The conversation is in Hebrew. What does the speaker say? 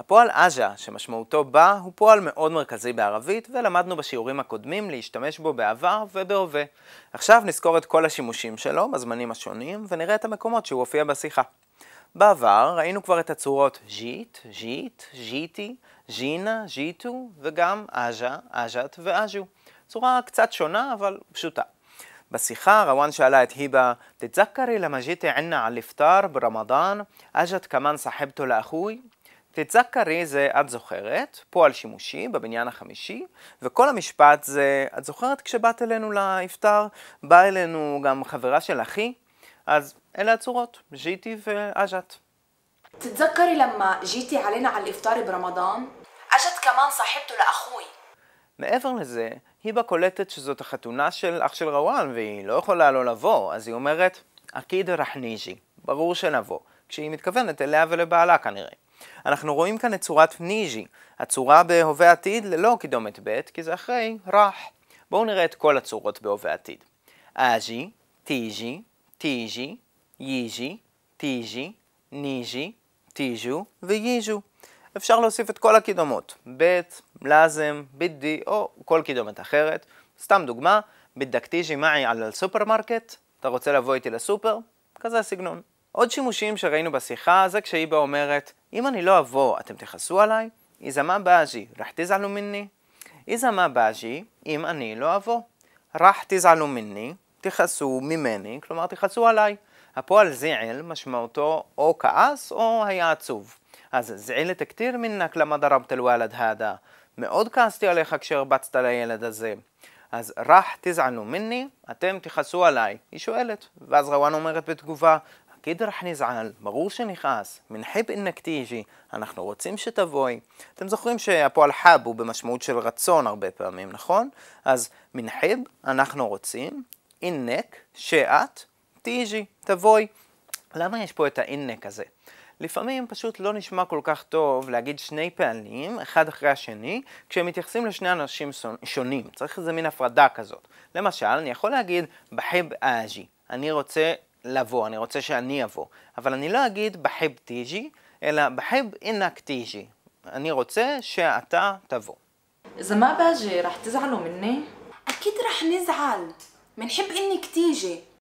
הפועל אג'ה, שמשמעותו בא, הוא פועל מאוד מרכזי בערבית, ולמדנו בשיעורים הקודמים להשתמש בו בעבר ובהווה. עכשיו נזכור את כל השימושים שלו בזמנים השונים, ונראה את המקומות שהוא הופיע בשיחה. בעבר ראינו כבר את הצורות ז'ית, ז'ית, ז'יטי, ז'ינה, ז'יטו, וגם אג'ה, אג'ת ואג'ו. צורה קצת שונה, אבל פשוטה. בשיחה רוואן שאלה את היבה, תתזכרי למה ג'יתי ענה על לפטר ברמדאן, אג'ת כמן סחבתו לאחוי? תתזכרי זה את זוכרת, פועל שימושי בבניין החמישי, וכל המשפט זה את זוכרת כשבאת אלינו לאפטר, בא אלינו גם חברה של אחי, אז אלה הצורות, ג'יטי ואג'ת. تتذكري لما جيتي علينا على الإفطار برمضان؟ أجت كمان صاحبته لأخوي. מעבר לזה, היבה קולטת שזאת החתונה של אח של רוואן, והיא לא יכולה לא לבוא, אז היא אומרת, אקיד רחניג'י, ברור שנבוא, כשהיא מתכוונת אליה ולבעלה כנראה. אנחנו רואים כאן את צורת ניג'י, הצורה בהווה עתיד ללא קידומת ב', כי זה אחרי רח. בואו נראה את כל הצורות בהווה עתיד. אג'י, טיג'י, טיג'י, ייג'י, טיג'י, ניג'י, טיג'ו וייג'ו. אפשר להוסיף את כל הקידומות, בית, מלזם, בידי או כל קידומת אחרת. סתם דוגמה, בדק תיג'י מעי על הסופרמרקט, אתה רוצה לבוא איתי לסופר? כזה הסגנון. עוד שימושים שראינו בשיחה זה כשהיבה אומרת, אם אני לא אבוא, אתם תכעסו עליי? איזה מה באג'י, רח תזעלו מיני? איזה מה באג'י, אם אני לא אבוא? רח תזעלו מיני, תכעסו ממני, כלומר תכעסו עליי. הפועל זעל משמעותו או כעס או היה עצוב. אז זעילת כתיר מנק למה דרבת אלוולד הדה. מאוד כעסתי עליך כשהרבצת לילד הזה. אז רח תזעלו מיני, אתם תכעסו עליי. היא שואלת, ואז רוואן אומרת בתגובה, אקיד רח נזעל, ברור שנכעס, מנחב אינק תיג'י, אנחנו רוצים שתבואי. אתם זוכרים שהפועל חב הוא במשמעות של רצון הרבה פעמים, נכון? אז מנחב, אנחנו רוצים, אינק, שאת, תיג'י, תבואי. למה יש פה את האינק הזה? לפעמים פשוט לא נשמע כל כך טוב להגיד שני פעלים, אחד אחרי השני, כשהם מתייחסים לשני אנשים שונים. צריך איזה מין הפרדה כזאת. למשל, אני יכול להגיד, בחב אג'י, אני רוצה לבוא, אני רוצה שאני אבוא. אבל אני לא אגיד בחב תיג'י, אלא בחב אינק תיג'י. אני רוצה שאתה תבוא. إذا ما باجي رح تزعلوا مني؟ أكيد رح نزعل. منحب إنك تيجي.